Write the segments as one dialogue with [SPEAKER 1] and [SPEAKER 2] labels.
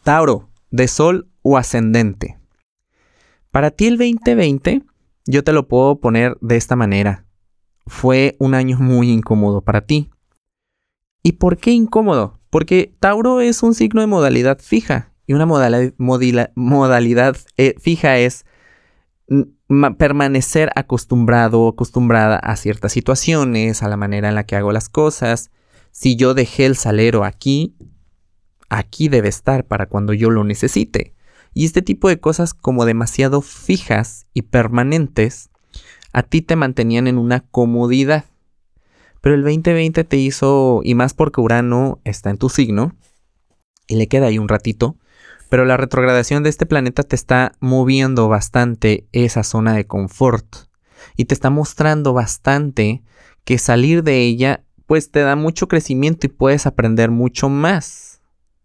[SPEAKER 1] Tauro, de Sol o Ascendente. Para ti el 2020, yo te lo puedo poner de esta manera. Fue un año muy incómodo para ti. ¿Y por qué incómodo? Porque Tauro es un signo de modalidad fija. Y una modalidad fija es permanecer acostumbrado o acostumbrada a ciertas situaciones, a la manera en la que hago las cosas. Si yo dejé el salero aquí debe estar para cuando yo lo necesite. Y este tipo de cosas como demasiado fijas y permanentes, a ti te mantenían en una comodidad. Pero el 2020 te hizo, y más porque Urano está en tu signo, y le queda ahí un ratito, pero la retrogradación de este planeta te está moviendo bastante esa zona de confort. Y te está mostrando bastante que salir de ella, pues te da mucho crecimiento y puedes aprender mucho más.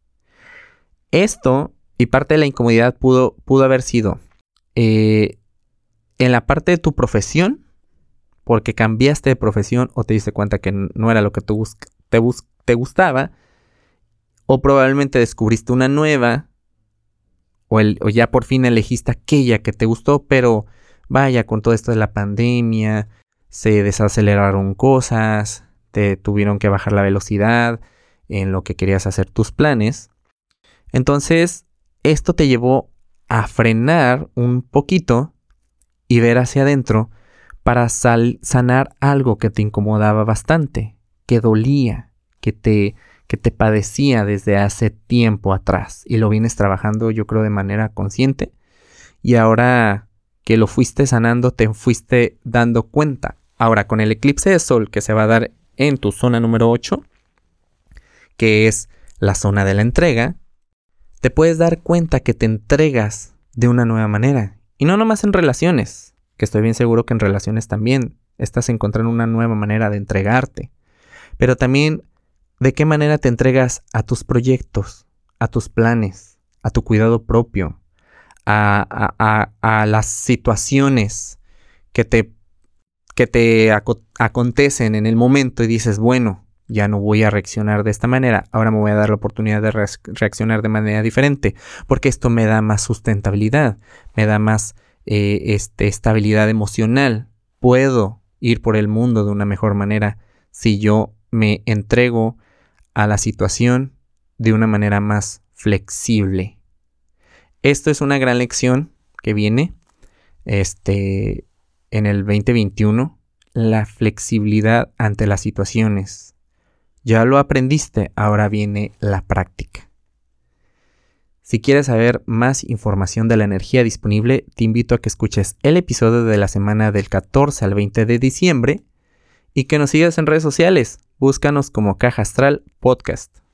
[SPEAKER 1] Esto, y parte de la incomodidad pudo haber sido en la parte de tu profesión, porque cambiaste de profesión o te diste cuenta que no era lo que te gustaba, o probablemente descubriste una nueva, o ya por fin elegiste aquella que te gustó, pero vaya, con todo esto de la pandemia, se desaceleraron cosas, te tuvieron que bajar la velocidad en lo que querías hacer tus planes. Entonces, esto te llevó a frenar un poquito y ver hacia adentro para sanar algo que te incomodaba bastante, que dolía, que te padecía desde hace tiempo atrás. Y lo vienes trabajando, yo creo, de manera consciente. Y ahora que lo fuiste sanando, te fuiste dando cuenta. Ahora, con el eclipse de Sol que se va a dar en tu zona número 8, que es la zona de la entrega, te puedes dar cuenta que te entregas de una nueva manera. Y no nomás en relaciones, que estoy bien seguro que en relaciones también estás encontrando una nueva manera de entregarte. Pero también, ¿de qué manera te entregas a tus proyectos, a tus planes, a tu cuidado propio, a las situaciones que te acontecen en el momento y dices, bueno, ya no voy a reaccionar de esta manera, ahora me voy a dar la oportunidad de reaccionar de manera diferente, porque esto me da más sustentabilidad, me da más estabilidad emocional. Puedo ir por el mundo de una mejor manera si yo me entrego a la situación de una manera más flexible. Esto es una gran lección que viene en el 2021, la flexibilidad ante las situaciones. Ya lo aprendiste, ahora viene la práctica. Si quieres saber más información de la energía disponible, te invito a que escuches el episodio de la semana del 14 al 20 de diciembre y que nos sigas en redes sociales. Búscanos como Caja Astral Podcast.